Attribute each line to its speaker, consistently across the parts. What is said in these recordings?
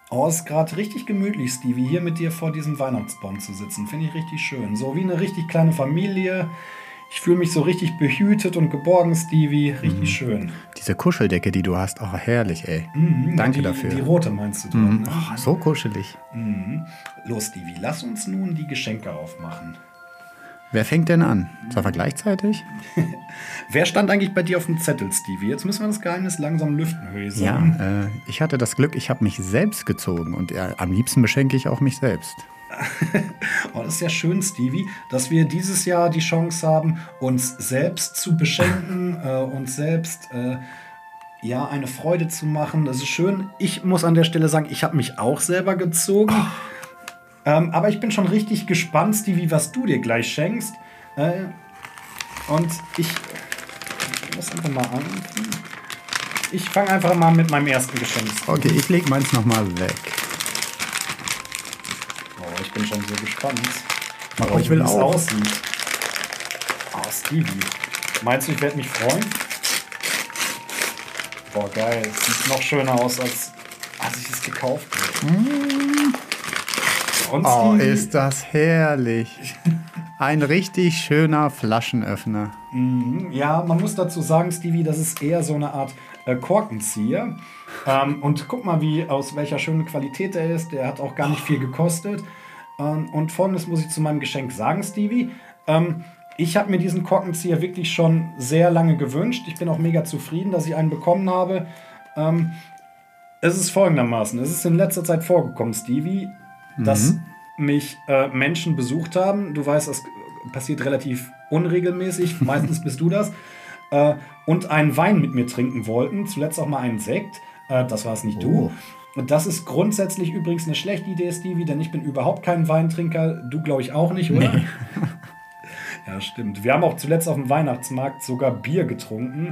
Speaker 1: Oh, ist gerade richtig gemütlich, Stevie, hier mit dir vor diesem Weihnachtsbaum zu sitzen. Finde ich richtig schön. So wie eine richtig kleine Familie. Ich fühle mich so richtig behütet und geborgen, Stevie. Richtig schön.
Speaker 2: Diese Kuscheldecke, die du hast, oh herrlich, ey. Danke dafür.
Speaker 1: Die rote meinst du dran, ne?
Speaker 2: Oh, so kuschelig.
Speaker 1: Los, Stevie, lass uns nun die Geschenke aufmachen.
Speaker 2: Wer fängt denn an? Sollen wir gleichzeitig?
Speaker 1: Wer stand eigentlich bei dir auf dem Zettel, Stevie? Jetzt müssen wir das Geheimnis langsam lüften, würde ich
Speaker 2: Ja,
Speaker 1: sagen.
Speaker 2: ich hatte das Glück, ich habe mich selbst gezogen und am liebsten beschenke ich auch mich selbst.
Speaker 1: Oh, das ist ja schön, Stevie, dass wir dieses Jahr die Chance haben, uns selbst zu beschenken, uns selbst eine Freude zu machen. Das ist schön. Ich muss an der Stelle sagen, ich habe mich auch selber gezogen. Aber ich bin schon richtig gespannt, Stevie, was du dir gleich schenkst. Und ich muss einfach mal an. Ich fange einfach mal mit meinem ersten Geschenk an.
Speaker 2: Okay, ich lege meins nochmal weg.
Speaker 1: Oh, ich bin schon so gespannt.
Speaker 2: Aber ich will
Speaker 1: wie es
Speaker 2: auch.
Speaker 1: aussieht. Oh, Stevie. Meinst du, ich werde mich freuen? Boah, geil. Sieht noch schöner aus, als ich es gekauft habe. Und
Speaker 2: Oh,
Speaker 1: Stevie?
Speaker 2: ist das herrlich. Ein richtig schöner Flaschenöffner.
Speaker 1: Ja, man muss dazu sagen, Stevie, das ist eher so eine Art Korkenzieher. Und guck mal, aus welcher schönen Qualität er ist. Der hat auch gar nicht viel gekostet. Und Folgendes muss ich zu meinem Geschenk sagen, Stevie. Ich habe mir diesen Korkenzieher wirklich schon sehr lange gewünscht. Ich bin auch mega zufrieden, dass ich einen bekommen habe. Es ist folgendermaßen. Es ist in letzter Zeit vorgekommen, Stevie, dass mich Menschen besucht haben. Du weißt, das passiert relativ unregelmäßig. Meistens bist du das. Und einen Wein mit mir trinken wollten. Zuletzt auch mal einen Sekt. Das war es nicht du. Und das ist grundsätzlich übrigens eine schlechte Idee, Stevie, denn ich bin überhaupt kein Weintrinker. Du, glaube ich, auch nicht, oder? Nee. Ja, stimmt. Wir haben auch zuletzt auf dem Weihnachtsmarkt sogar Bier getrunken.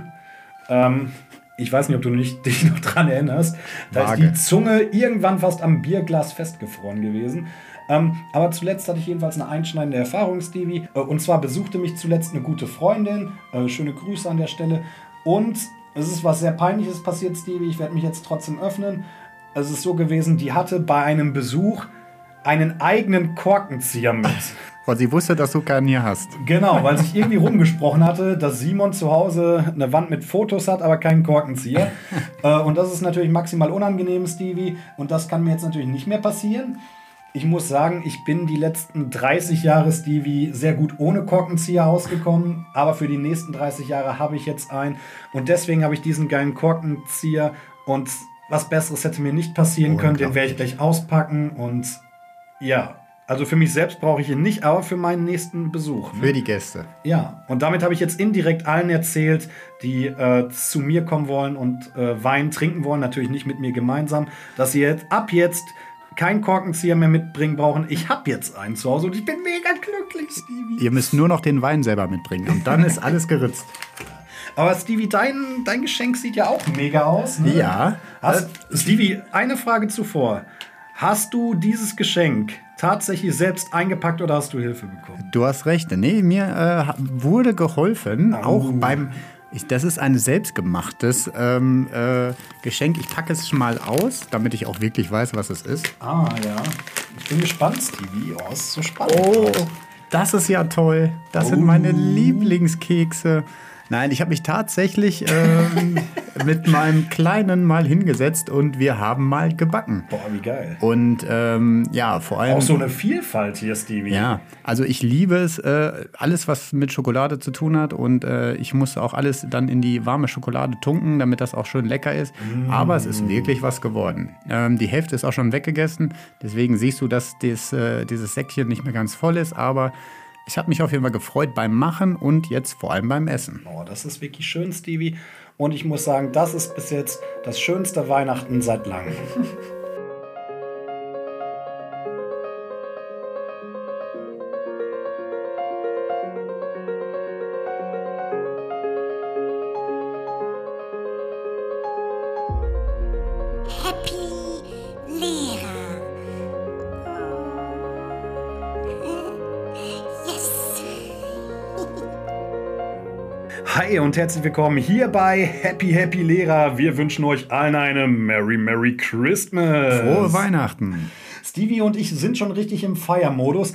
Speaker 1: Ich weiß nicht, ob du dich noch dran erinnerst. Da ist die Zunge irgendwann fast am Bierglas festgefroren gewesen. Aber zuletzt hatte ich jedenfalls eine einschneidende Erfahrung, Stevie. Und zwar besuchte mich zuletzt eine gute Freundin. Schöne Grüße an der Stelle. Und es ist was sehr Peinliches passiert, Stevie. Ich werde mich jetzt trotzdem öffnen. Es ist so gewesen, die hatte bei einem Besuch einen eigenen Korkenzieher mit.
Speaker 2: Weil sie wusste, dass du keinen hier hast.
Speaker 1: Genau, weil sich irgendwie rumgesprochen hatte, dass Simon zu Hause eine Wand mit Fotos hat, aber keinen Korkenzieher. Und das ist natürlich maximal unangenehm, Stevie. Und das kann mir jetzt natürlich nicht mehr passieren. Ich muss sagen, ich bin die letzten 30 Jahre, Stevie, sehr gut ohne Korkenzieher ausgekommen. Aber für die nächsten 30 Jahre habe ich jetzt einen. Und deswegen habe ich diesen geilen Korkenzieher. Und was Besseres hätte mir nicht passieren können. Den werde ich gleich auspacken. Und ja, also für mich selbst brauche ich ihn nicht, aber für meinen nächsten Besuch. Ne?
Speaker 2: Für die Gäste.
Speaker 1: Ja, und damit habe ich jetzt indirekt allen erzählt, die zu mir kommen wollen und Wein trinken wollen. Natürlich nicht mit mir gemeinsam. Dass sie jetzt ab jetzt keinen Korkenzieher mehr mitbringen brauchen. Ich habe jetzt einen zu Hause und ich bin mega glücklich, Stevie.
Speaker 2: Ihr müsst nur noch den Wein selber mitbringen und dann ist alles geritzt.
Speaker 1: Aber Stevie, dein Geschenk sieht ja auch mega aus. Ne?
Speaker 2: Ja.
Speaker 1: Stevie, eine Frage zuvor. Hast du dieses Geschenk tatsächlich selbst eingepackt oder hast du Hilfe bekommen?
Speaker 2: Du hast recht. Nee, mir wurde geholfen, auch beim... Das ist ein selbstgemachtes Geschenk. Ich packe es schon mal aus, damit ich auch wirklich weiß, was es ist.
Speaker 1: Ah, ja. Ich bin gespannt, Stevie. Oh, ist so spannend.
Speaker 2: Oh, das ist ja toll. Das sind meine Lieblingskekse. Nein, ich habe mich tatsächlich mit meinem Kleinen mal hingesetzt und wir haben mal gebacken.
Speaker 1: Boah, wie geil.
Speaker 2: Und ja, vor allem...
Speaker 1: Auch so eine Vielfalt hier, Stevie.
Speaker 2: Ja, also ich liebe es, alles, was mit Schokolade zu tun hat. Und ich musste auch alles dann in die warme Schokolade tunken, damit das auch schön lecker ist. Aber es ist wirklich was geworden. Die Hälfte ist auch schon weggegessen. Deswegen siehst du, dass dieses Säckchen nicht mehr ganz voll ist. Aber... ich habe mich auf jeden Fall gefreut beim Machen und jetzt vor allem beim Essen.
Speaker 1: Oh, das ist wirklich schön, Stevie. Und ich muss sagen, das ist bis jetzt das schönste Weihnachten seit langem. Hi und herzlich willkommen hier bei Happy Happy Lehrer. Wir wünschen euch allen eine Merry Christmas.
Speaker 2: Frohe Weihnachten.
Speaker 1: Stevie und ich sind schon richtig im Feiermodus.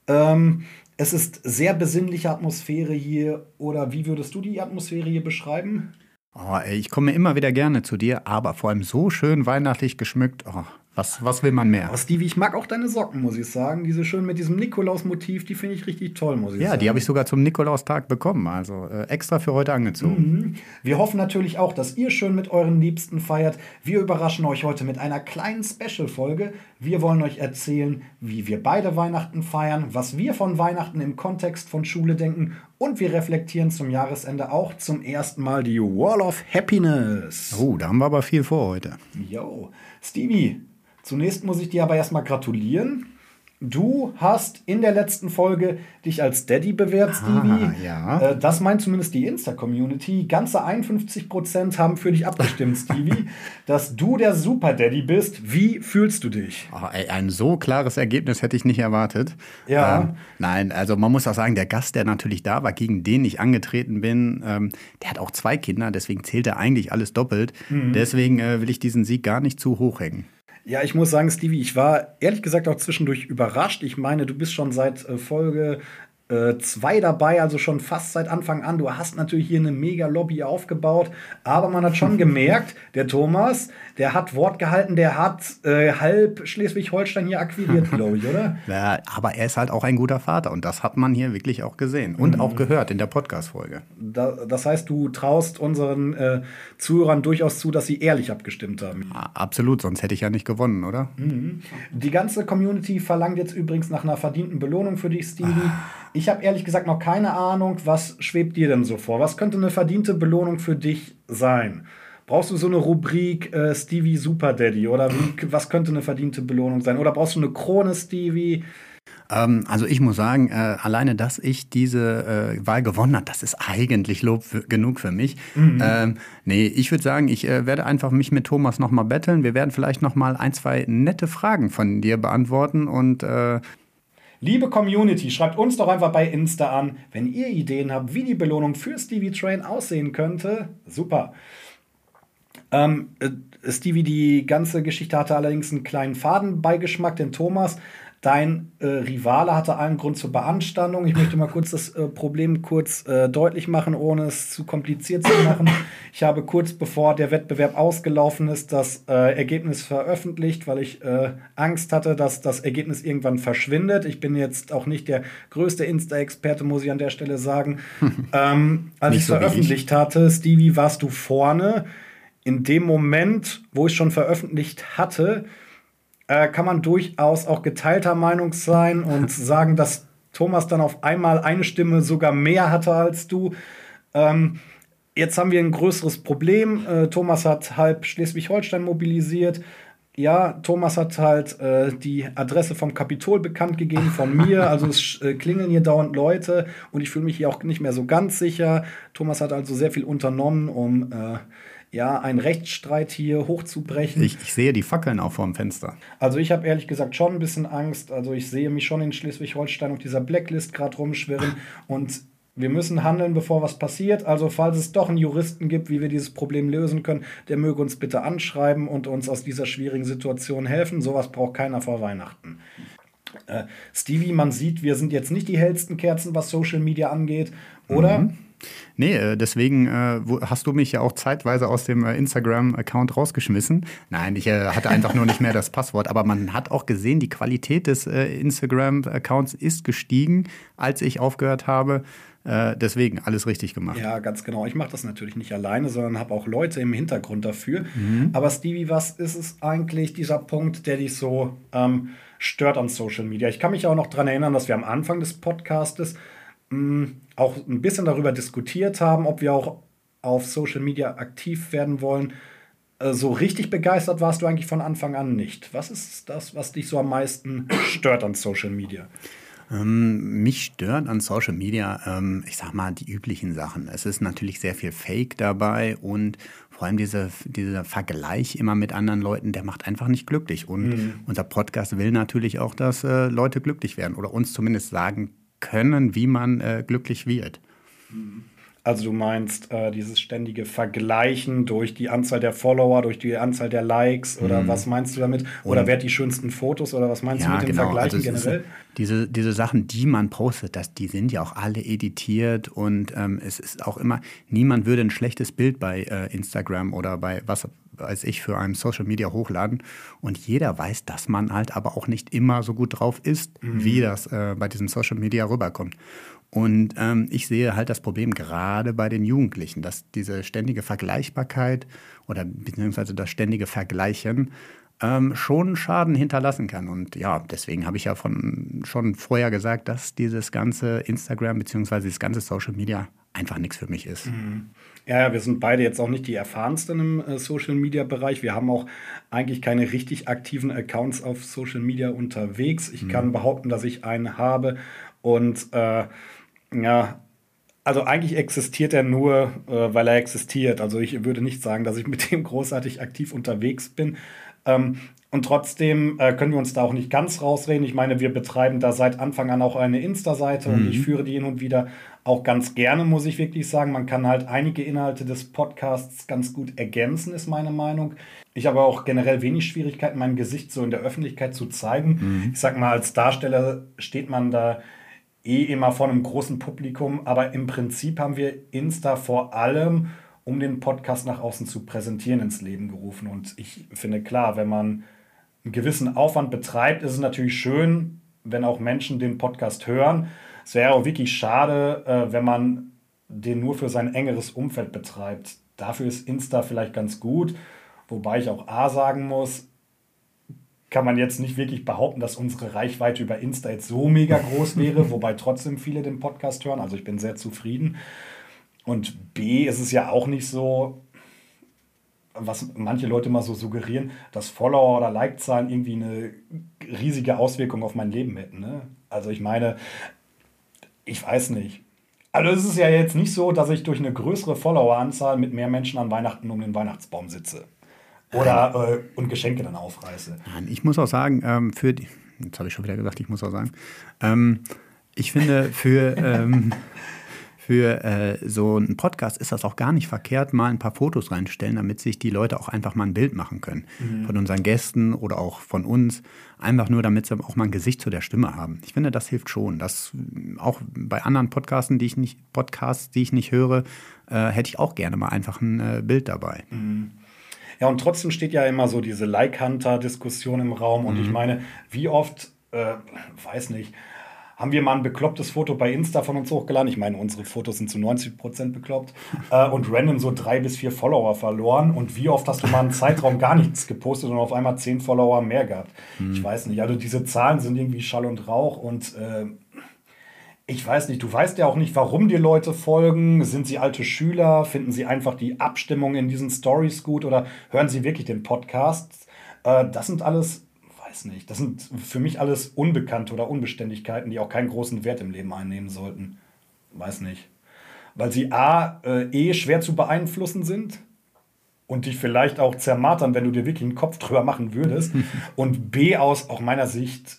Speaker 1: Es ist sehr besinnliche Atmosphäre hier. Oder wie würdest du die Atmosphäre hier beschreiben?
Speaker 2: Oh, ey, ich komme immer wieder gerne zu dir, aber vor allem so schön weihnachtlich geschmückt. Oh, was will man mehr?
Speaker 1: Oh, Stevie, ich mag auch deine Socken, muss ich sagen. Diese schön mit diesem Nikolaus-Motiv, die finde ich richtig toll, muss ich sagen.
Speaker 2: Ja, die habe ich sogar zum Nikolaustag bekommen, also extra für heute angezogen.
Speaker 1: Wir hoffen natürlich auch, dass ihr schön mit euren Liebsten feiert. Wir überraschen euch heute mit einer kleinen Special-Folge. Wir wollen euch erzählen, wie wir beide Weihnachten feiern, was wir von Weihnachten im Kontext von Schule denken und wir reflektieren zum Jahresende auch zum ersten Mal die Wall of Happiness.
Speaker 2: Oh, da haben wir aber viel vor heute.
Speaker 1: Yo, Stevie, zunächst muss ich dir aber erstmal gratulieren. Du hast in der letzten Folge dich als Daddy bewährt, Stevie.
Speaker 2: Ja.
Speaker 1: Das meint zumindest die Insta-Community. Ganze 51% haben für dich abgestimmt, Stevie, dass du der Super-Daddy bist. Wie fühlst du dich?
Speaker 2: Oh, ey, ein so klares Ergebnis hätte ich nicht erwartet.
Speaker 1: Ja.
Speaker 2: Nein, also man muss auch sagen, der Gast, der natürlich da war, gegen den ich angetreten bin, der hat auch 2 Kinder, deswegen zählt er eigentlich alles doppelt. Deswegen will ich diesen Sieg gar nicht zu hoch hängen.
Speaker 1: Ja, ich muss sagen, Stevie, ich war ehrlich gesagt auch zwischendurch überrascht. Ich meine, du bist schon seit Folge 2 dabei, also schon fast seit Anfang an. Du hast natürlich hier eine mega Lobby aufgebaut, aber man hat schon gemerkt, der Thomas, der hat Wort gehalten, der hat halb Schleswig-Holstein hier akquiriert, glaube ich, oder?
Speaker 2: Ja, aber er ist halt auch ein guter Vater und das hat man hier wirklich auch gesehen und auch gehört in der Podcast-Folge.
Speaker 1: Das heißt, du traust unseren Zuhörern durchaus zu, dass sie ehrlich abgestimmt haben.
Speaker 2: Absolut, sonst hätte ich ja nicht gewonnen, oder?
Speaker 1: Die ganze Community verlangt jetzt übrigens nach einer verdienten Belohnung für dich, Stevie. Ich habe ehrlich gesagt noch keine Ahnung, was schwebt dir denn so vor? Was könnte eine verdiente Belohnung für dich sein? Brauchst du so eine Rubrik Stevie Super Daddy oder was könnte eine verdiente Belohnung sein? Oder brauchst du eine Krone, Stevie?
Speaker 2: Also ich muss sagen, alleine, dass ich diese Wahl gewonnen habe, das ist eigentlich Lob genug für mich. Nee, ich würde sagen, ich werde einfach mich mit Thomas nochmal betteln. Wir werden vielleicht nochmal 1, 2 nette Fragen von dir beantworten und
Speaker 1: Liebe Community, schreibt uns doch einfach bei Insta an, wenn ihr Ideen habt, wie die Belohnung für Stevie Train aussehen könnte. Super. Stevie, die ganze Geschichte hatte allerdings einen kleinen Fadenbeigeschmack, denn Thomas, dein Rivale hatte allen Grund zur Beanstandung. Ich möchte mal kurz das Problem deutlich machen, ohne es zu kompliziert zu machen. Ich habe kurz bevor der Wettbewerb ausgelaufen ist, das Ergebnis veröffentlicht, weil ich Angst hatte, dass das Ergebnis irgendwann verschwindet. Ich bin jetzt auch nicht der größte Insta-Experte, muss ich an der Stelle sagen. Als ich es veröffentlicht hatte, Stevie, warst du vorne. In dem Moment, wo ich schon veröffentlicht hatte, kann man durchaus auch geteilter Meinung sein und sagen, dass Thomas dann auf einmal eine Stimme sogar mehr hatte als du. Jetzt haben wir ein größeres Problem. Thomas hat halb Schleswig-Holstein mobilisiert. Ja, Thomas hat halt die Adresse vom Kapitol bekannt gegeben von mir. Also es klingeln hier dauernd Leute und ich fühle mich hier auch nicht mehr so ganz sicher. Thomas hat also sehr viel unternommen, um einen Rechtsstreit hier hochzubrechen.
Speaker 2: Ich sehe die Fackeln auch vorm Fenster.
Speaker 1: Also ich habe ehrlich gesagt schon ein bisschen Angst. Also ich sehe mich schon in Schleswig-Holstein auf dieser Blacklist gerade rumschwirren. Und wir müssen handeln, bevor was passiert. Also falls es doch einen Juristen gibt, wie wir dieses Problem lösen können, der möge uns bitte anschreiben und uns aus dieser schwierigen Situation helfen. Sowas braucht keiner vor Weihnachten. Stevie, man sieht, wir sind jetzt nicht die hellsten Kerzen, was Social Media angeht, oder?
Speaker 2: Nee, deswegen hast du mich ja auch zeitweise aus dem Instagram-Account rausgeschmissen. Nein, ich hatte einfach nur nicht mehr das Passwort. Aber man hat auch gesehen, die Qualität des Instagram-Accounts ist gestiegen, als ich aufgehört habe. Deswegen alles richtig gemacht.
Speaker 1: Ja, ganz genau. Ich mache das natürlich nicht alleine, sondern habe auch Leute im Hintergrund dafür. Aber Stevie, was ist es eigentlich, dieser Punkt, der dich so stört an Social Media? Ich kann mich auch noch daran erinnern, dass wir am Anfang des Podcastes auch ein bisschen darüber diskutiert haben, ob wir auch auf Social Media aktiv werden wollen. So richtig begeistert warst du eigentlich von Anfang an nicht. Was ist das, was dich so am meisten stört an Social Media?
Speaker 2: Mich stört an Social Media, ich sag mal, die üblichen Sachen. Es ist natürlich sehr viel Fake dabei und vor allem dieser Vergleich immer mit anderen Leuten, der macht einfach nicht glücklich. Und unser Podcast will natürlich auch, dass Leute glücklich werden oder uns zumindest sagen können, wie man glücklich wird.
Speaker 1: Also du meinst dieses ständige Vergleichen durch die Anzahl der Follower, durch die Anzahl der Likes oder was meinst du damit? Oder wer hat die schönsten Fotos oder was meinst du mit dem Vergleichen generell?
Speaker 2: Diese Sachen, die man postet, die sind ja auch alle editiert und es ist auch immer, niemand würde ein schlechtes Bild bei Instagram oder bei was weiß ich für einem Social Media hochladen und jeder weiß, dass man halt aber auch nicht immer so gut drauf ist, wie das bei diesem Social Media rüberkommt. Und ich sehe halt das Problem gerade bei den Jugendlichen, dass diese ständige Vergleichbarkeit oder beziehungsweise das ständige Vergleichen schon Schaden hinterlassen kann. Und ja, deswegen habe ich ja schon vorher gesagt, dass dieses ganze Instagram beziehungsweise das ganze Social Media einfach nichts für mich ist.
Speaker 1: Ja, wir sind beide jetzt auch nicht die erfahrensten im Social-Media-Bereich. Wir haben auch eigentlich keine richtig aktiven Accounts auf Social Media unterwegs. Ich kann behaupten, dass ich einen habe und ja, also eigentlich existiert er nur, weil er existiert. Also ich würde nicht sagen, dass ich mit dem großartig aktiv unterwegs bin. Und trotzdem können wir uns da auch nicht ganz rausreden. Ich meine, wir betreiben da seit Anfang an auch eine Insta-Seite und ich führe die hin und wieder auch ganz gerne, muss ich wirklich sagen. Man kann halt einige Inhalte des Podcasts ganz gut ergänzen, ist meine Meinung. Ich habe auch generell wenig Schwierigkeiten, mein Gesicht so in der Öffentlichkeit zu zeigen. Ich sag mal, als Darsteller steht man da immer vor einem großen Publikum, aber im Prinzip haben wir Insta vor allem, um den Podcast nach außen zu präsentieren, ins Leben gerufen. Und ich finde klar, wenn man einen gewissen Aufwand betreibt, ist es natürlich schön, wenn auch Menschen den Podcast hören. Es wäre auch wirklich schade, wenn man den nur für sein engeres Umfeld betreibt. Dafür ist Insta vielleicht ganz gut, wobei ich auch sagen muss, kann man jetzt nicht wirklich behaupten, dass unsere Reichweite über Insta jetzt so mega groß wäre, wobei trotzdem viele den Podcast hören. Also ich bin sehr zufrieden. Und B, ist es ja auch nicht so, was manche Leute mal so suggerieren, dass Follower- oder Like-Zahlen irgendwie eine riesige Auswirkung auf mein Leben hätten. Ne? Also ich meine, ich weiß nicht. Also es ist ja jetzt nicht so, dass ich durch eine größere Followeranzahl mit mehr Menschen an Weihnachten um den Weihnachtsbaum sitze. Oder und Geschenke dann aufreiße.
Speaker 2: Nein, ich muss auch sagen, jetzt habe ich schon wieder gesagt, ich muss auch sagen, ich finde, für so einen Podcast ist das auch gar nicht verkehrt, mal ein paar Fotos reinstellen, damit sich die Leute auch einfach mal ein Bild machen können. Von unseren Gästen oder auch von uns. Einfach nur, damit sie auch mal ein Gesicht zu der Stimme haben. Ich finde, das hilft schon. Das auch bei anderen Podcasts, die ich nicht höre, hätte ich auch gerne mal einfach ein Bild dabei.
Speaker 1: Ja, und trotzdem steht ja immer so diese Like-Hunter-Diskussion im Raum. Und ich meine, wie oft, weiß nicht, haben wir mal ein beklopptes Foto bei Insta von uns hochgeladen. Ich meine, unsere Fotos sind zu 90% bekloppt. Und random so 3 bis 4 Follower verloren. Und wie oft hast du mal einen Zeitraum gar nichts gepostet und auf einmal 10 Follower mehr gehabt? Ich weiß nicht. Also diese Zahlen sind irgendwie Schall und Rauch. Und ich weiß nicht, du weißt ja auch nicht, warum dir Leute folgen. Sind sie alte Schüler? Finden sie einfach die Abstimmung in diesen Stories gut? Oder hören sie wirklich den Podcast? Das sind alles... nicht. Das sind für mich alles Unbekannte oder Unbeständigkeiten, die auch keinen großen Wert im Leben einnehmen sollten. Weiß nicht. Weil sie schwer zu beeinflussen sind und dich vielleicht auch zermartern, wenn du dir wirklich einen Kopf drüber machen würdest. Und B, aus auch meiner Sicht,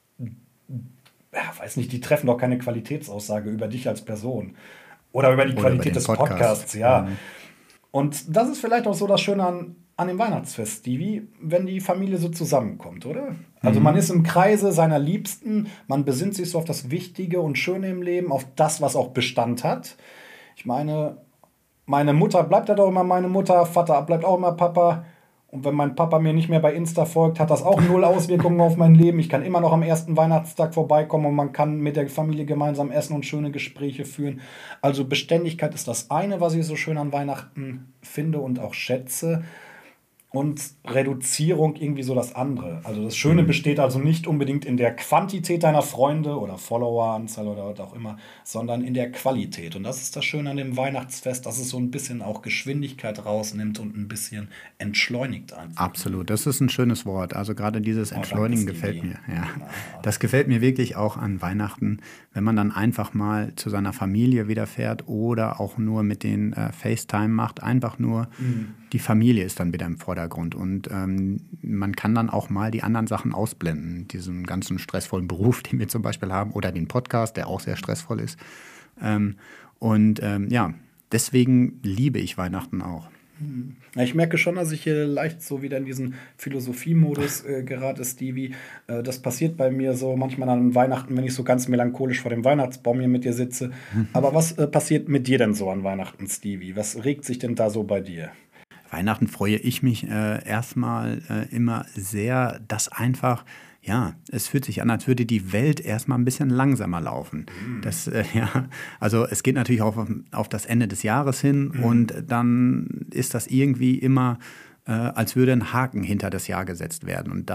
Speaker 1: weiß nicht, die treffen doch keine Qualitätsaussage über dich als Person. Oder über die Qualität des Podcasts, ja. Und das ist vielleicht auch so das Schöne an dem Weihnachtsfest, Stevie, wenn die Familie so zusammenkommt, oder? Also man ist im Kreise seiner Liebsten, man besinnt sich so auf das Wichtige und Schöne im Leben, auf das, was auch Bestand hat. Ich meine, meine Mutter bleibt ja doch immer meine Mutter, Vater bleibt auch immer Papa. Und wenn mein Papa mir nicht mehr bei Insta folgt, hat das auch 0 Auswirkungen auf mein Leben. Ich kann immer noch am ersten Weihnachtstag vorbeikommen und man kann mit der Familie gemeinsam essen und schöne Gespräche führen. Also Beständigkeit ist das eine, was ich so schön an Weihnachten finde und auch schätze. Und Reduzierung irgendwie so das andere. Also das Schöne besteht also nicht unbedingt in der Quantität deiner Freunde oder Followeranzahl oder was auch immer, sondern in der Qualität. Und das ist das Schöne an dem Weihnachtsfest, dass es so ein bisschen auch Geschwindigkeit rausnimmt und ein bisschen entschleunigt einfach.
Speaker 2: Absolut, das ist ein schönes Wort. Also gerade dieses Entschleunigen gefällt mir. Ja. Das gefällt mir wirklich auch an Weihnachten, wenn man dann einfach mal zu seiner Familie wieder fährt oder auch nur mit den FaceTime macht. Einfach nur die Familie ist dann wieder im Vordergrund und man kann dann auch mal die anderen Sachen ausblenden. Diesen ganzen stressvollen Beruf, den wir zum Beispiel haben oder den Podcast, der auch sehr stressvoll ist. Ja, deswegen liebe ich Weihnachten auch.
Speaker 1: Ja, ich merke schon, dass ich hier leicht so wieder in diesen Philosophie-Modus gerate, Stevie. Das passiert bei mir so manchmal an Weihnachten, wenn ich so ganz melancholisch vor dem Weihnachtsbaum hier mit dir sitze. Aber was passiert mit dir denn so an Weihnachten, Stevie? Was regt sich denn da so bei dir?
Speaker 2: Weihnachten freue ich mich erstmal immer sehr, dass einfach, ja, es fühlt sich an, als würde die Welt erstmal ein bisschen langsamer laufen. Das, also es geht natürlich auch auf das Ende des Jahres hin und dann ist das irgendwie immer, als würde ein Haken hinter das Jahr gesetzt werden. Und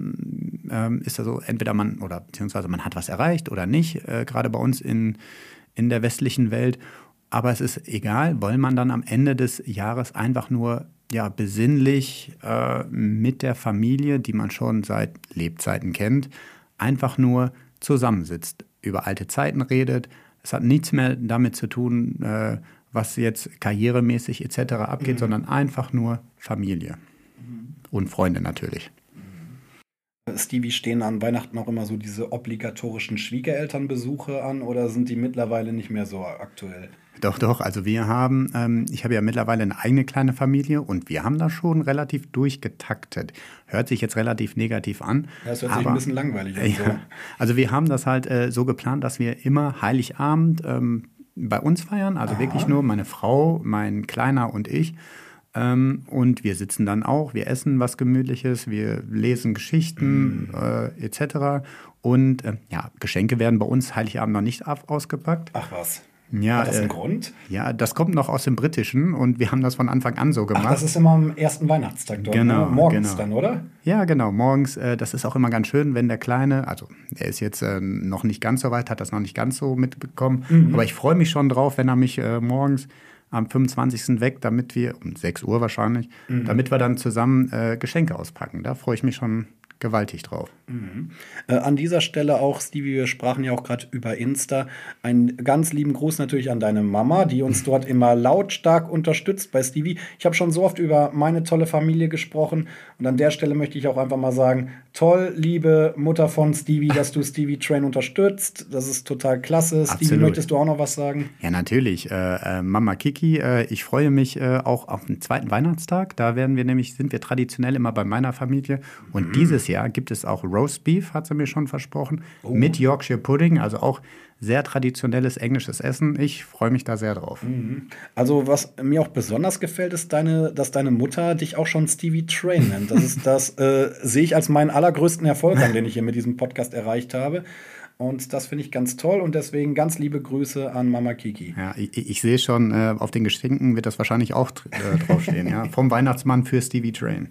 Speaker 2: dann ist das so, entweder beziehungsweise man hat was erreicht oder nicht, gerade bei uns in der westlichen Welt. Aber es ist egal, weil man dann am Ende des Jahres einfach nur besinnlich mit der Familie, die man schon seit Lebzeiten kennt, einfach nur zusammensitzt, über alte Zeiten redet. Es hat nichts mehr damit zu tun, was jetzt karrieremäßig etc. abgeht, sondern einfach nur Familie und Freunde natürlich.
Speaker 1: Stevie, stehen an Weihnachten auch immer so diese obligatorischen Schwiegerelternbesuche an oder sind die mittlerweile nicht mehr so aktuell?
Speaker 2: Doch, also ich habe ja mittlerweile eine eigene kleine Familie und wir haben das schon relativ durchgetaktet. Hört sich jetzt relativ negativ an.
Speaker 1: Ja, es hört sich ein bisschen langweilig an.
Speaker 2: Ja, also wir haben das halt so geplant, dass wir immer Heiligabend bei uns feiern, also wirklich nur meine Frau, mein Kleiner und ich. Und wir sitzen dann auch, wir essen was Gemütliches, wir lesen Geschichten etc. Und Geschenke werden bei uns Heiligabend noch nicht ausgepackt.
Speaker 1: Ach was.
Speaker 2: Ja,
Speaker 1: hat das einen Grund?
Speaker 2: Ja, das kommt noch aus dem Britischen und wir haben das von Anfang an so gemacht.
Speaker 1: Ach, das ist immer am ersten Weihnachtstag dort,
Speaker 2: genau,
Speaker 1: ne? Morgens dann, oder?
Speaker 2: Ja, genau, morgens. Das ist auch immer ganz schön, wenn der Kleine, also er ist jetzt noch nicht ganz so weit, hat das noch nicht ganz so mitbekommen, aber ich freue mich schon drauf, wenn er mich morgens am 25. weckt, damit wir, um 6 Uhr wahrscheinlich, damit wir dann zusammen Geschenke auspacken. Da freue ich mich schon gewaltig drauf.
Speaker 1: An dieser Stelle auch, Stevie, wir sprachen ja auch gerade über Insta. Einen ganz lieben Gruß natürlich an deine Mama, die uns dort immer lautstark unterstützt bei Stevie. Ich habe schon so oft über meine tolle Familie gesprochen und an der Stelle möchte ich auch einfach mal sagen, toll, liebe Mutter von Stevie, dass du Stevie Train unterstützt. Das ist total klasse.
Speaker 2: Absolut.
Speaker 1: Stevie, möchtest du auch noch was sagen?
Speaker 2: Ja, natürlich. Mama Kiki, ich freue mich auch auf den zweiten Weihnachtstag. Da sind wir traditionell immer bei meiner Familie. Und dieses Jahr gibt es auch Roast Beef, hat sie mir schon versprochen, mit Yorkshire Pudding, also auch sehr traditionelles englisches Essen. Ich freue mich da sehr drauf.
Speaker 1: Also was mir auch besonders gefällt, ist, dass deine Mutter dich auch schon Stevie Train nennt. Das sehe ich als meinen allergrößten Erfolg an, den ich hier mit diesem Podcast erreicht habe. Und das finde ich ganz toll und deswegen ganz liebe Grüße an Mama Kiki.
Speaker 2: Ja, ich sehe schon, auf den Geschenken wird das wahrscheinlich auch draufstehen. Ja? Vom Weihnachtsmann für Stevie Train.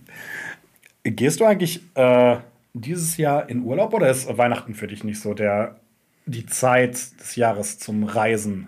Speaker 1: Gehst du eigentlich dieses Jahr in Urlaub oder ist Weihnachten für dich nicht so die Zeit des Jahres zum Reisen?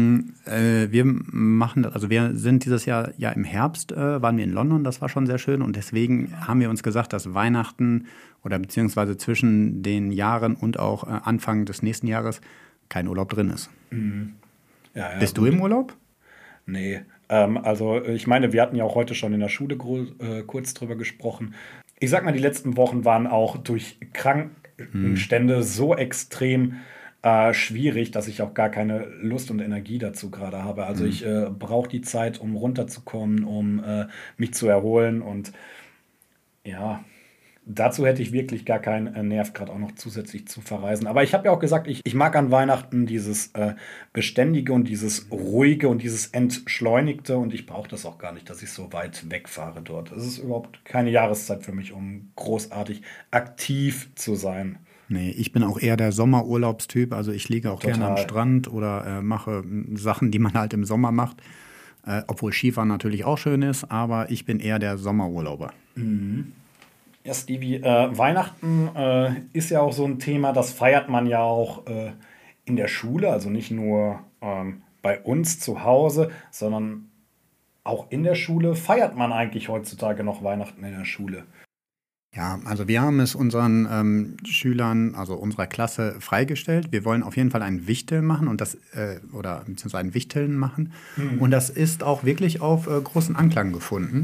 Speaker 2: Wir sind dieses Jahr ja im Herbst, waren wir in London, das war schon sehr schön und deswegen haben wir uns gesagt, dass Weihnachten oder beziehungsweise zwischen den Jahren und auch Anfang des nächsten Jahres kein Urlaub drin ist.
Speaker 1: Ja,
Speaker 2: Bist du im Urlaub?
Speaker 1: Nee, also ich meine, wir hatten ja auch heute schon in der Schule kurz drüber gesprochen. Ich sag mal, die letzten Wochen waren auch durch Krankenstände so extrem schwierig, dass ich auch gar keine Lust und Energie dazu gerade habe. Also ich brauche die Zeit, um runterzukommen, um mich zu erholen und ja, dazu hätte ich wirklich gar keinen Nerv, gerade auch noch zusätzlich zu verreisen. Aber ich habe ja auch gesagt, ich mag an Weihnachten dieses Beständige und dieses Ruhige und dieses Entschleunigte. Und ich brauche das auch gar nicht, dass ich so weit wegfahre dort. Es ist überhaupt keine Jahreszeit für mich, um großartig aktiv zu sein.
Speaker 2: Nee, ich bin auch eher der Sommerurlaubstyp. Also ich liege auch gerne am Strand oder mache Sachen, die man halt im Sommer macht. Obwohl Skifahren natürlich auch schön ist, aber ich bin eher der Sommerurlauber.
Speaker 1: Ja, Stevie, Weihnachten ist ja auch so ein Thema, das feiert man ja auch in der Schule, also nicht nur bei uns zu Hause, sondern auch in der Schule. Feiert man eigentlich heutzutage noch Weihnachten in der Schule?
Speaker 2: Ja, also wir haben es unseren Schülern, also unserer Klasse, freigestellt. Wir wollen auf jeden Fall ein Wichteln machen und beziehungsweise ein Wichteln machen. Und das ist auch wirklich auf großen Anklang gefunden.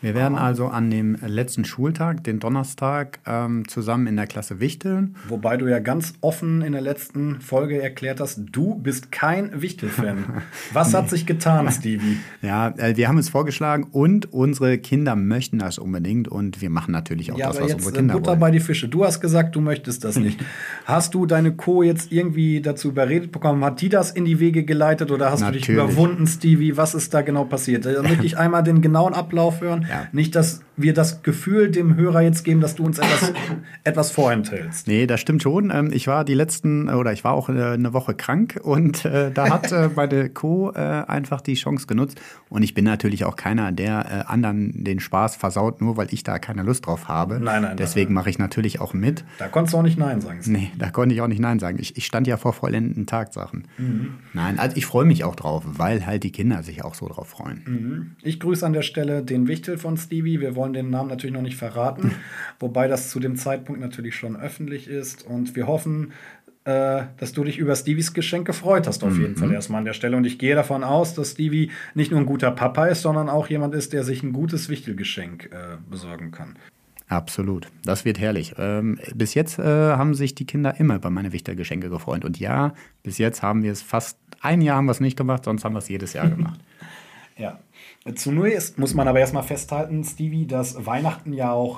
Speaker 2: Wir werden also an dem letzten Schultag, den Donnerstag, zusammen in der Klasse wichteln.
Speaker 1: Wobei du ja ganz offen in der letzten Folge erklärt hast, du bist kein Wichtel-Fan. Was hat sich getan, Stevie?
Speaker 2: Ja, wir haben es vorgeschlagen und unsere Kinder möchten das unbedingt und wir machen natürlich auch das, was unsere Kinder
Speaker 1: Butter
Speaker 2: wollen.
Speaker 1: bei die Fische. Du hast gesagt, du möchtest das nicht. Hast du deine Co. jetzt irgendwie dazu überredet bekommen? Hat die das in die Wege geleitet oder hast du dich überwunden, Stevie? Was ist da genau passiert? Da möchte ich einmal den genauen Ablauf hören. Ja. Nicht, dass wir das Gefühl dem Hörer jetzt geben, dass du uns etwas vorenthältst.
Speaker 2: Nee, das stimmt schon. Ich war auch eine Woche krank und da hat meine Co. einfach die Chance genutzt. Und ich bin natürlich auch keiner, der anderen den Spaß versaut, nur weil ich da keine Lust drauf habe.
Speaker 1: Nein.
Speaker 2: Deswegen mache ich natürlich auch mit.
Speaker 1: Da konntest du auch nicht Nein sagen.
Speaker 2: Nee, da konnte ich auch nicht Nein sagen. Ich stand ja vor vollendeten Tatsachen. Nein, also ich freue mich auch drauf, weil halt die Kinder sich auch so drauf freuen.
Speaker 1: Ich grüße an der Stelle den Wichtel von Stevie. Wir wollen den Namen natürlich noch nicht verraten, wobei das zu dem Zeitpunkt natürlich schon öffentlich ist. Und wir hoffen, dass du dich über Stevies Geschenk gefreut hast, auf jeden Fall erstmal an der Stelle. Und ich gehe davon aus, dass Stevie nicht nur ein guter Papa ist, sondern auch jemand ist, der sich ein gutes Wichtelgeschenk besorgen kann.
Speaker 2: Absolut, das wird herrlich. Bis jetzt haben sich die Kinder immer über meine Wichtelgeschenke gefreut. Und ja, bis jetzt haben wir es fast ein Jahr haben wir es nicht gemacht, sonst haben wir es jedes Jahr gemacht.
Speaker 1: Ja. Zunächst muss man aber erstmal festhalten, Stevie, dass Weihnachten ja auch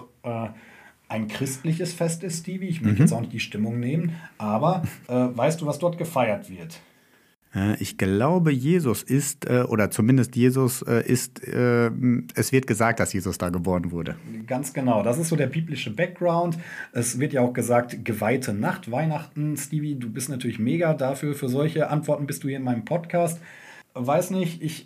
Speaker 1: ein christliches Fest ist, Stevie. Ich möchte jetzt auch nicht die Stimmung nehmen, aber weißt du, was dort gefeiert wird?
Speaker 2: Ich glaube, Jesus ist, oder zumindest Jesus ist, es wird gesagt, dass Jesus da geboren wurde.
Speaker 1: Ganz genau, das ist so der biblische Background. Es wird ja auch gesagt, geweihte Nacht, Weihnachten. Stevie, du bist natürlich mega dafür. Für solche Antworten bist du hier in meinem Podcast. Weiß nicht, ich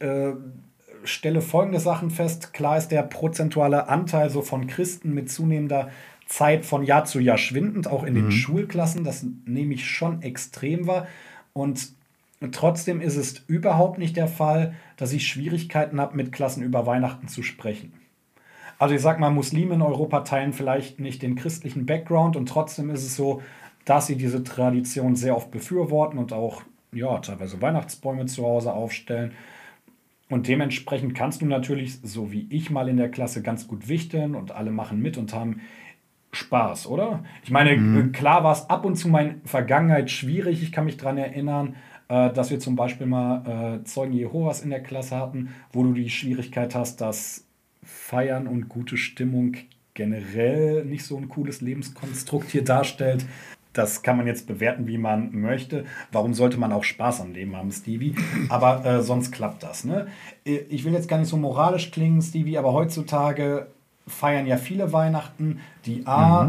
Speaker 1: stelle folgende Sachen fest. Klar ist der prozentuale Anteil so von Christen mit zunehmender Zeit von Jahr zu Jahr schwindend, auch in den Schulklassen. Das nehme ich schon extrem wahr. Und trotzdem ist es überhaupt nicht der Fall, dass ich Schwierigkeiten habe, mit Klassen über Weihnachten zu sprechen. Also ich sag mal, Muslime in Europa teilen vielleicht nicht den christlichen Background und trotzdem ist es so, dass sie diese Tradition sehr oft befürworten und auch teilweise Weihnachtsbäume zu Hause aufstellen. Und dementsprechend kannst du natürlich, so wie ich mal in der Klasse, ganz gut wichteln und alle machen mit und haben Spaß, oder? Ich meine, klar war es ab und zu mal in Vergangenheit schwierig. Ich kann mich daran erinnern, dass wir zum Beispiel mal Zeugen Jehovas in der Klasse hatten, wo du die Schwierigkeit hast, dass Feiern und gute Stimmung generell nicht so ein cooles Lebenskonstrukt hier darstellt. Das kann man jetzt bewerten, wie man möchte. Warum sollte man auch Spaß am Leben haben, Stevie? Aber sonst klappt das. Ne? Ich will jetzt gar nicht so moralisch klingen, Stevie, aber heutzutage feiern ja viele Weihnachten, die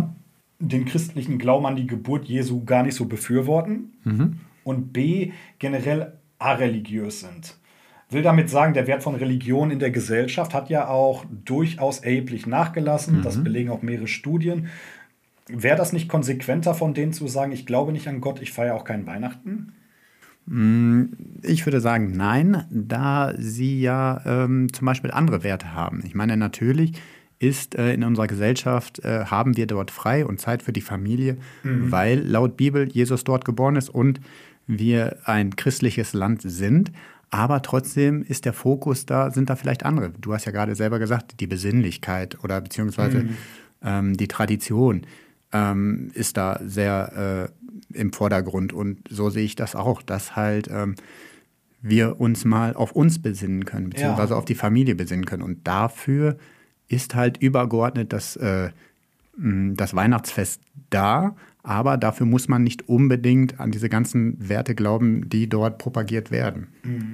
Speaker 1: den christlichen Glauben an die Geburt Jesu gar nicht so befürworten und B, generell areligiös sind. Will damit sagen, der Wert von Religion in der Gesellschaft hat ja auch durchaus erheblich nachgelassen. Das belegen auch mehrere Studien. Wäre das nicht konsequenter von denen zu sagen, ich glaube nicht an Gott, ich feiere auch kein Weihnachten?
Speaker 2: Ich würde sagen, nein, da sie ja zum Beispiel andere Werte haben. Ich meine, natürlich ist in unserer Gesellschaft, haben wir dort frei und Zeit für die Familie, weil laut Bibel Jesus dort geboren ist und wir ein christliches Land sind. Aber trotzdem ist der Fokus sind da vielleicht andere. Du hast ja gerade selber gesagt, die Besinnlichkeit oder beziehungsweise die Tradition ist da sehr im Vordergrund. Und so sehe ich das auch, dass halt wir uns mal auf uns besinnen können, beziehungsweise auf die Familie besinnen können. Und dafür ist halt übergeordnet das Weihnachtsfest da, aber dafür muss man nicht unbedingt an diese ganzen Werte glauben, die dort propagiert werden.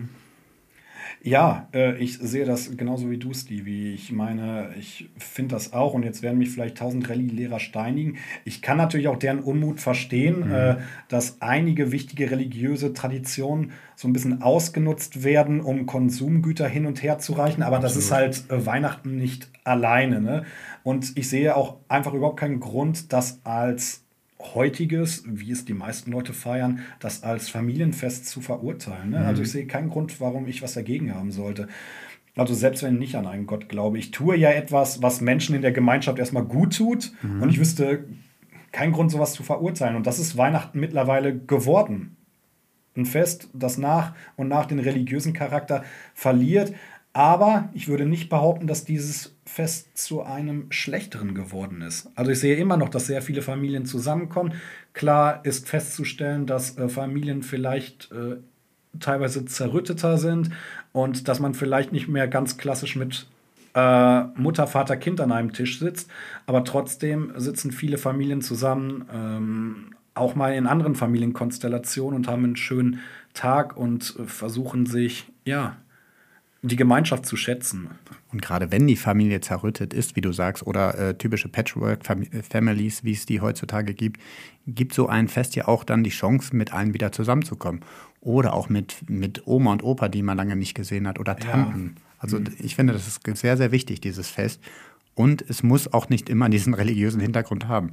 Speaker 1: Ja, ich sehe das genauso wie du, Stevie. Ich meine, ich finde das auch und jetzt werden mich vielleicht 1000 Rallye-Lehrer steinigen. Ich kann natürlich auch deren Unmut verstehen, dass einige wichtige religiöse Traditionen so ein bisschen ausgenutzt werden, um Konsumgüter hin und her zu reichen. Aber das ist halt Weihnachten nicht alleine. Ne? Und ich sehe auch einfach überhaupt keinen Grund, das als heutiges, wie es die meisten Leute feiern, das als Familienfest zu verurteilen. Ne? Also ich sehe keinen Grund, warum ich was dagegen haben sollte. Also selbst wenn ich nicht an einen Gott glaube. Ich tue ja etwas, was Menschen in der Gemeinschaft erstmal gut tut und ich wüsste keinen Grund, sowas zu verurteilen. Und das ist Weihnachten mittlerweile geworden. Ein Fest, das nach und nach den religiösen Charakter verliert. Aber ich würde nicht behaupten, dass dieses Fest zu einem schlechteren geworden ist. Also ich sehe immer noch, dass sehr viele Familien zusammenkommen. Klar ist festzustellen, dass Familien vielleicht teilweise zerrütteter sind und dass man vielleicht nicht mehr ganz klassisch mit Mutter, Vater, Kind an einem Tisch sitzt. Aber trotzdem sitzen viele Familien zusammen, auch mal in anderen Familienkonstellationen und haben einen schönen Tag und versuchen sich, ja, die Gemeinschaft zu schätzen.
Speaker 2: Und gerade wenn die Familie zerrüttet ist, wie du sagst, oder typische Patchwork-Families, wie es die heutzutage gibt so ein Fest ja auch dann die Chance, mit allen wieder zusammenzukommen. Oder auch mit Oma und Opa, die man lange nicht gesehen hat, oder Tanten. Ja. Also ich finde, das ist sehr, sehr wichtig, dieses Fest. Und es muss auch nicht immer diesen religiösen Hintergrund haben.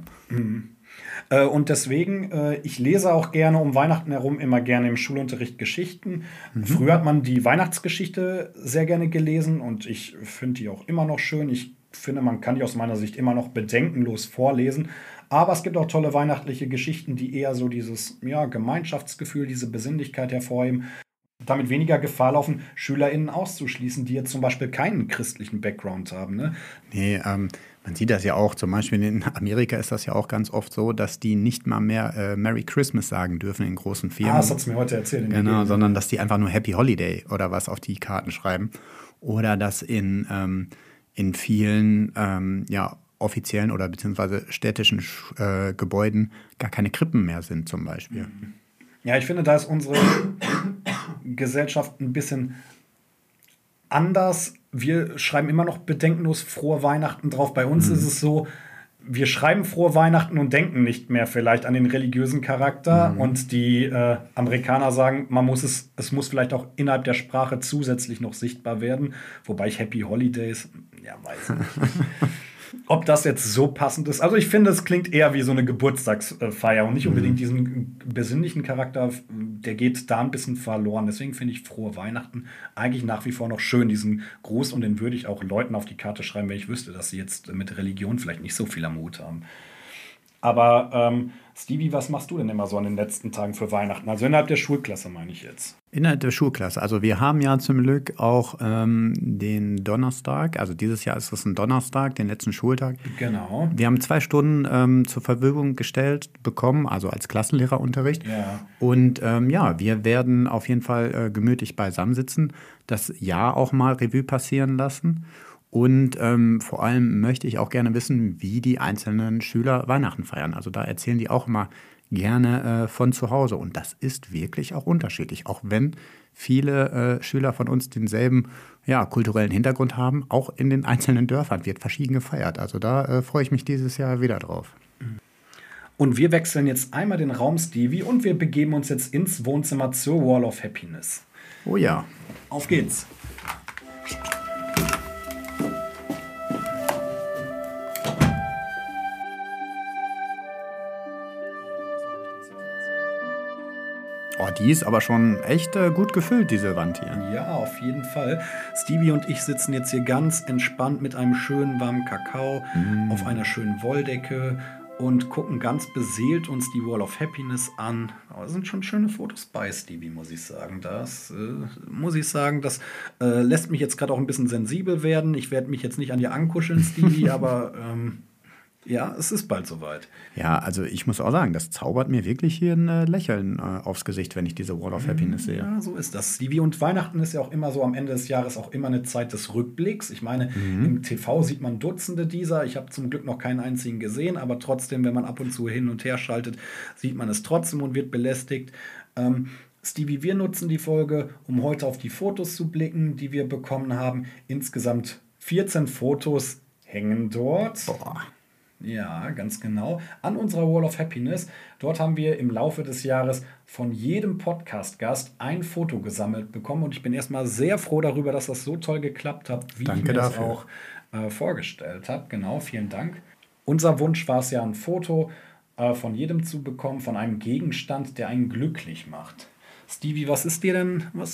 Speaker 1: Und deswegen, ich lese auch gerne um Weihnachten herum immer gerne im Schulunterricht Geschichten. Früher hat man die Weihnachtsgeschichte sehr gerne gelesen und ich finde die auch immer noch schön. Ich finde, man kann die aus meiner Sicht immer noch bedenkenlos vorlesen. Aber es gibt auch tolle weihnachtliche Geschichten, die eher so dieses Gemeinschaftsgefühl, diese Besinnlichkeit hervorheben. Damit weniger Gefahr laufen, SchülerInnen auszuschließen, die jetzt zum Beispiel keinen christlichen Background haben. Ne?
Speaker 2: Nee, man sieht das ja auch, zum Beispiel in Amerika ist das ja auch ganz oft so, dass die nicht mal mehr Merry Christmas sagen dürfen in großen Firmen.
Speaker 1: Das hat es mir heute erzählt.
Speaker 2: Genau, sondern dass die einfach nur Happy Holiday oder was auf die Karten schreiben. Oder dass in vielen offiziellen oder beziehungsweise städtischen Gebäuden gar keine Krippen mehr sind zum Beispiel.
Speaker 1: Ja, ich finde, da ist unsere Gesellschaft ein bisschen anders. Wir schreiben immer noch bedenkenlos frohe Weihnachten drauf. Bei uns ist es so, wir schreiben frohe Weihnachten und denken nicht mehr vielleicht an den religiösen Charakter. Und die Amerikaner sagen, es muss vielleicht auch innerhalb der Sprache zusätzlich noch sichtbar werden. Wobei ich Happy Holidays, weiß ich nicht. Ob das jetzt so passend ist. Also ich finde, es klingt eher wie so eine Geburtstagsfeier und nicht unbedingt diesen besinnlichen Charakter, der geht da ein bisschen verloren. Deswegen finde ich frohe Weihnachten eigentlich nach wie vor noch schön, diesen Gruß, und den würde ich auch Leuten auf die Karte schreiben, wenn ich wüsste, dass sie jetzt mit Religion vielleicht nicht so viel am Hut haben. Aber Stevie, was machst du denn immer so an den letzten Tagen für Weihnachten? Also innerhalb der Schulklasse meine ich jetzt.
Speaker 2: Innerhalb der Schulklasse. Also wir haben ja zum Glück auch den Donnerstag, also dieses Jahr ist es ein Donnerstag, den letzten Schultag.
Speaker 1: Genau.
Speaker 2: Wir haben 2 Stunden zur Verfügung gestellt bekommen, also als Klassenlehrerunterricht.
Speaker 1: Ja.
Speaker 2: Und wir werden auf jeden Fall gemütlich beisammensitzen, das Jahr auch mal Revue passieren lassen. Und vor allem möchte ich auch gerne wissen, wie die einzelnen Schüler Weihnachten feiern. Also da erzählen die auch immer gerne von zu Hause. Und das ist wirklich auch unterschiedlich. Auch wenn viele Schüler von uns denselben kulturellen Hintergrund haben, auch in den einzelnen Dörfern wird verschieden gefeiert. Also da freue ich mich dieses Jahr wieder drauf.
Speaker 1: Und wir wechseln jetzt einmal den Raum, Stevie, und wir begeben uns jetzt ins Wohnzimmer zur Wall of Happiness.
Speaker 2: Oh ja.
Speaker 1: Auf geht's.
Speaker 2: Oh, die ist aber schon echt gut gefüllt, diese Wand hier.
Speaker 1: Ja, auf jeden Fall. Stevie und ich sitzen jetzt hier ganz entspannt mit einem schönen warmen Kakao auf einer schönen Wolldecke und gucken ganz beseelt uns die Wall of Happiness an. Aber es sind schon schöne Fotos bei, Stevie, muss ich sagen. Das lässt mich jetzt gerade auch ein bisschen sensibel werden. Ich werde mich jetzt nicht an dir ankuscheln, Stevie, aber es ist bald soweit.
Speaker 2: Ja, also ich muss auch sagen, das zaubert mir wirklich hier ein Lächeln aufs Gesicht, wenn ich diese Wall of Happiness sehe.
Speaker 1: Ja, so ist das. Stevie, und Weihnachten ist ja auch immer so am Ende des Jahres auch immer eine Zeit des Rückblicks. Ich meine, im TV sieht man Dutzende dieser. Ich habe zum Glück noch keinen einzigen gesehen, aber trotzdem, wenn man ab und zu hin und her schaltet, sieht man es trotzdem und wird belästigt. Stevie, wir nutzen die Folge, um heute auf die Fotos zu blicken, die wir bekommen haben. Insgesamt 14 Fotos hängen dort.
Speaker 2: Boah.
Speaker 1: Ja, ganz genau. An unserer Wall of Happiness. Dort haben wir im Laufe des Jahres von jedem Podcast-Gast ein Foto gesammelt bekommen. Und ich bin erstmal sehr froh darüber, dass das so toll geklappt hat, wie
Speaker 2: Danke
Speaker 1: ich mir das
Speaker 2: dafür.
Speaker 1: auch vorgestellt habe. Genau, vielen Dank. Unser Wunsch war es ja, ein Foto von jedem zu bekommen, von einem Gegenstand, der einen glücklich macht. Stevie, was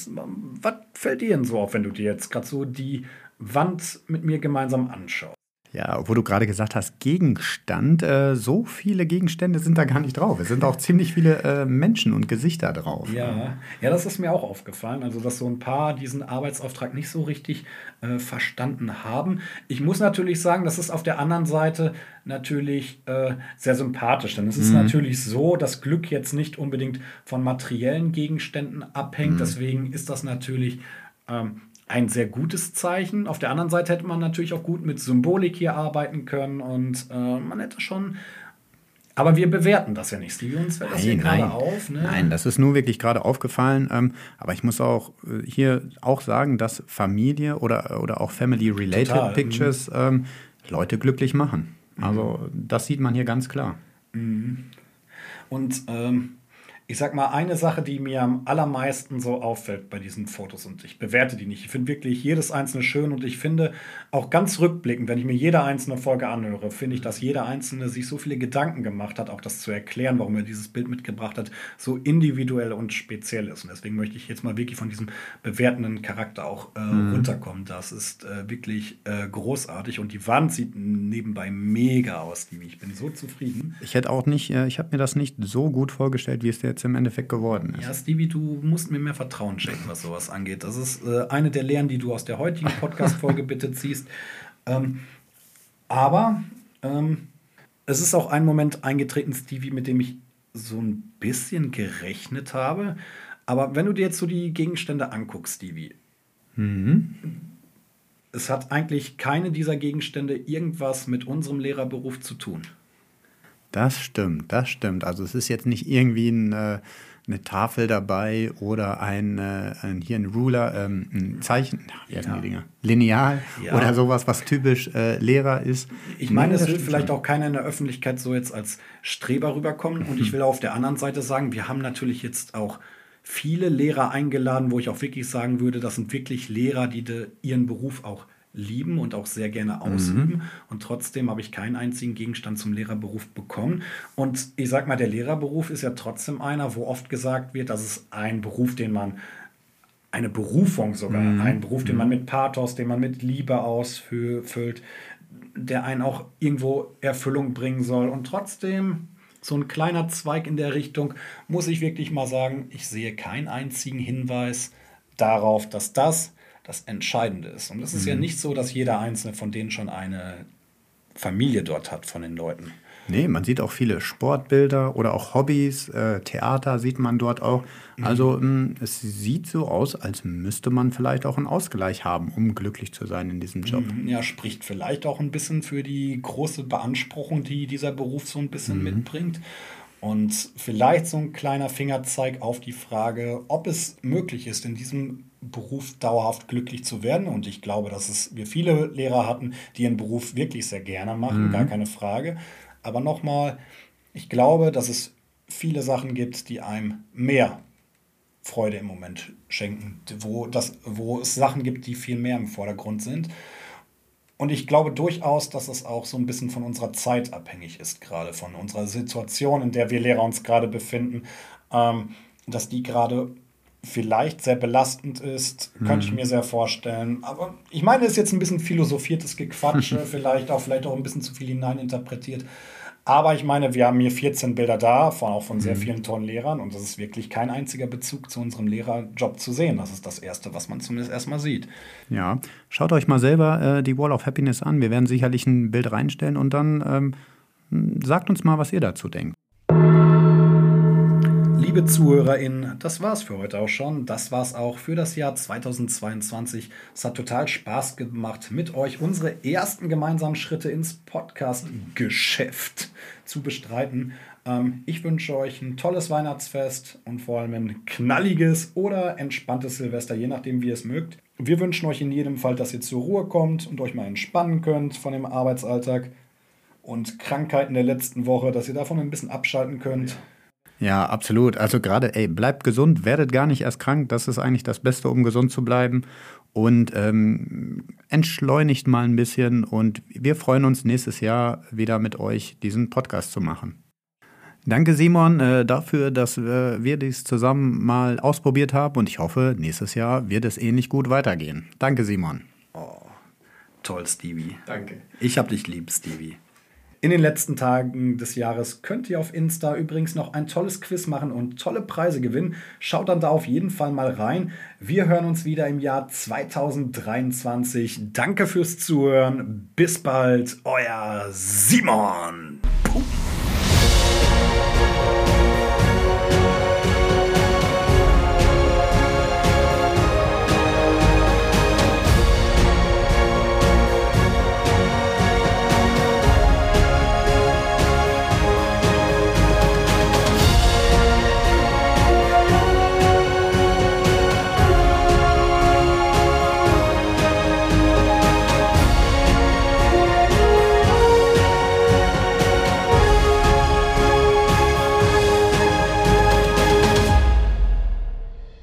Speaker 1: fällt dir denn so auf, wenn du dir jetzt gerade so die Wand mit mir gemeinsam anschaust?
Speaker 2: Ja, obwohl du gerade gesagt hast, Gegenstand, so viele Gegenstände sind da gar nicht drauf. Es sind auch ziemlich viele Menschen und Gesichter drauf.
Speaker 1: Ja, ja, das ist mir auch aufgefallen. Also, dass so ein paar diesen Arbeitsauftrag nicht so richtig verstanden haben. Ich muss natürlich sagen, das ist auf der anderen Seite natürlich sehr sympathisch. Denn es ist natürlich so, dass Glück jetzt nicht unbedingt von materiellen Gegenständen abhängt. Deswegen ist das natürlich ein sehr gutes Zeichen. Auf der anderen Seite hätte man natürlich auch gut mit Symbolik hier arbeiten können und man hätte schon. Aber wir bewerten das ja nicht, Stevie. Uns fällt das hier gerade auf. Ne?
Speaker 2: Nein, das ist nur wirklich gerade aufgefallen. Aber ich muss auch hier auch sagen, dass Familie oder auch Family-Related Pictures Leute glücklich machen. Also das sieht man hier ganz klar.
Speaker 1: Und ich sag mal, eine Sache, die mir am allermeisten so auffällt bei diesen Fotos, und ich bewerte die nicht, ich finde wirklich jedes einzelne schön und ich finde auch ganz rückblickend, wenn ich mir jede einzelne Folge anhöre, finde ich, dass jeder Einzelne sich so viele Gedanken gemacht hat, auch das zu erklären, warum er dieses Bild mitgebracht hat, so individuell und speziell ist. Und deswegen möchte ich jetzt mal wirklich von diesem bewertenden Charakter auch runterkommen. Das ist wirklich großartig und die Wand sieht nebenbei mega aus, Stevie. Ich bin so zufrieden.
Speaker 2: Ich habe mir das nicht so gut vorgestellt, wie es jetzt im Endeffekt geworden ist.
Speaker 1: Ja, Stevie, du musst mir mehr Vertrauen schenken, was sowas angeht. Das ist eine der Lehren, die du aus der heutigen Podcast-Folge bitte ziehst. Aber es ist auch ein Moment eingetreten, Stevie, mit dem ich so ein bisschen gerechnet habe. Aber wenn du dir jetzt so die Gegenstände anguckst, Stevie, es hat eigentlich keine dieser Gegenstände irgendwas mit unserem Lehrerberuf zu tun.
Speaker 2: Das stimmt. Also es ist jetzt nicht irgendwie eine Tafel dabei oder ein Ruler, ein Zeichen, wie heißen die Dinger? Lineal oder sowas, was typisch Lehrer ist.
Speaker 1: Ich meine, es will vielleicht auch keiner in der Öffentlichkeit so jetzt als Streber rüberkommen. Und ich will auf der anderen Seite sagen, wir haben natürlich jetzt auch viele Lehrer eingeladen, wo ich auch wirklich sagen würde, das sind wirklich Lehrer, die ihren Beruf auch lieben und auch sehr gerne ausüben. Und trotzdem habe ich keinen einzigen Gegenstand zum Lehrerberuf bekommen. Und ich sag mal, der Lehrerberuf ist ja trotzdem einer, wo oft gesagt wird, das ist ein Beruf, eine Berufung sogar, ein Beruf, den man mit Pathos, den man mit Liebe ausfüllt, der einen auch irgendwo Erfüllung bringen soll. Und trotzdem so ein kleiner Zweig in der Richtung, muss ich wirklich mal sagen, ich sehe keinen einzigen Hinweis darauf, dass das Entscheidende ist. Und es ist ja nicht so, dass jeder einzelne von denen schon eine Familie dort hat, von den Leuten.
Speaker 2: Nee, man sieht auch viele Sportbilder oder auch Hobbys, Theater sieht man dort auch. Also es sieht so aus, als müsste man vielleicht auch einen Ausgleich haben, um glücklich zu sein in diesem Job.
Speaker 1: Ja, spricht vielleicht auch ein bisschen für die große Beanspruchung, die dieser Beruf so ein bisschen mitbringt. Und vielleicht so ein kleiner Fingerzeig auf die Frage, ob es möglich ist, in diesem Beruf dauerhaft glücklich zu werden. Und ich glaube, dass wir viele Lehrer hatten, die ihren Beruf wirklich sehr gerne machen, gar keine Frage. Aber nochmal, ich glaube, dass es viele Sachen gibt, die einem mehr Freude im Moment schenken, wo es Sachen gibt, die viel mehr im Vordergrund sind. Und ich glaube durchaus, dass es auch so ein bisschen von unserer Zeit abhängig ist, gerade von unserer Situation, in der wir Lehrer uns gerade befinden, dass die gerade vielleicht sehr belastend ist, könnte ich mir sehr vorstellen. Aber ich meine, es ist jetzt ein bisschen philosophiertes Gequatsche, vielleicht auch ein bisschen zu viel hineininterpretiert. Aber ich meine, wir haben hier 14 Bilder da, auch von sehr vielen tollen Lehrern. Und das ist wirklich kein einziger Bezug zu unserem Lehrerjob zu sehen. Das ist das Erste, was man zumindest erstmal sieht.
Speaker 2: Ja, schaut euch mal selber die Wall of Happiness an. Wir werden sicherlich ein Bild reinstellen und dann sagt uns mal, was ihr dazu denkt.
Speaker 1: Liebe ZuhörerInnen, das war's für heute auch schon. Das war's auch für das Jahr 2022. Es hat total Spaß gemacht, mit euch unsere ersten gemeinsamen Schritte ins Podcast-Geschäft zu bestreiten. Ich wünsche euch ein tolles Weihnachtsfest und vor allem ein knalliges oder entspanntes Silvester, je nachdem, wie ihr es mögt. Wir wünschen euch in jedem Fall, dass ihr zur Ruhe kommt und euch mal entspannen könnt von dem Arbeitsalltag und Krankheiten der letzten Woche, dass ihr davon ein bisschen abschalten könnt.
Speaker 2: Ja, absolut. Also gerade, bleibt gesund, werdet gar nicht erst krank. Das ist eigentlich das Beste, um gesund zu bleiben. Und entschleunigt mal ein bisschen. Und wir freuen uns nächstes Jahr wieder mit euch diesen Podcast zu machen. Danke, Simon, dafür, dass wir dies zusammen mal ausprobiert haben. Und ich hoffe, nächstes Jahr wird es ähnlich gut weitergehen. Danke, Simon.
Speaker 1: toll, Stevie.
Speaker 2: Danke.
Speaker 1: Ich hab dich lieb, Stevie. In den letzten Tagen des Jahres könnt ihr auf Insta übrigens noch ein tolles Quiz machen und tolle Preise gewinnen. Schaut dann da auf jeden Fall mal rein. Wir hören uns wieder im Jahr 2023. Danke fürs Zuhören. Bis bald, euer Simon.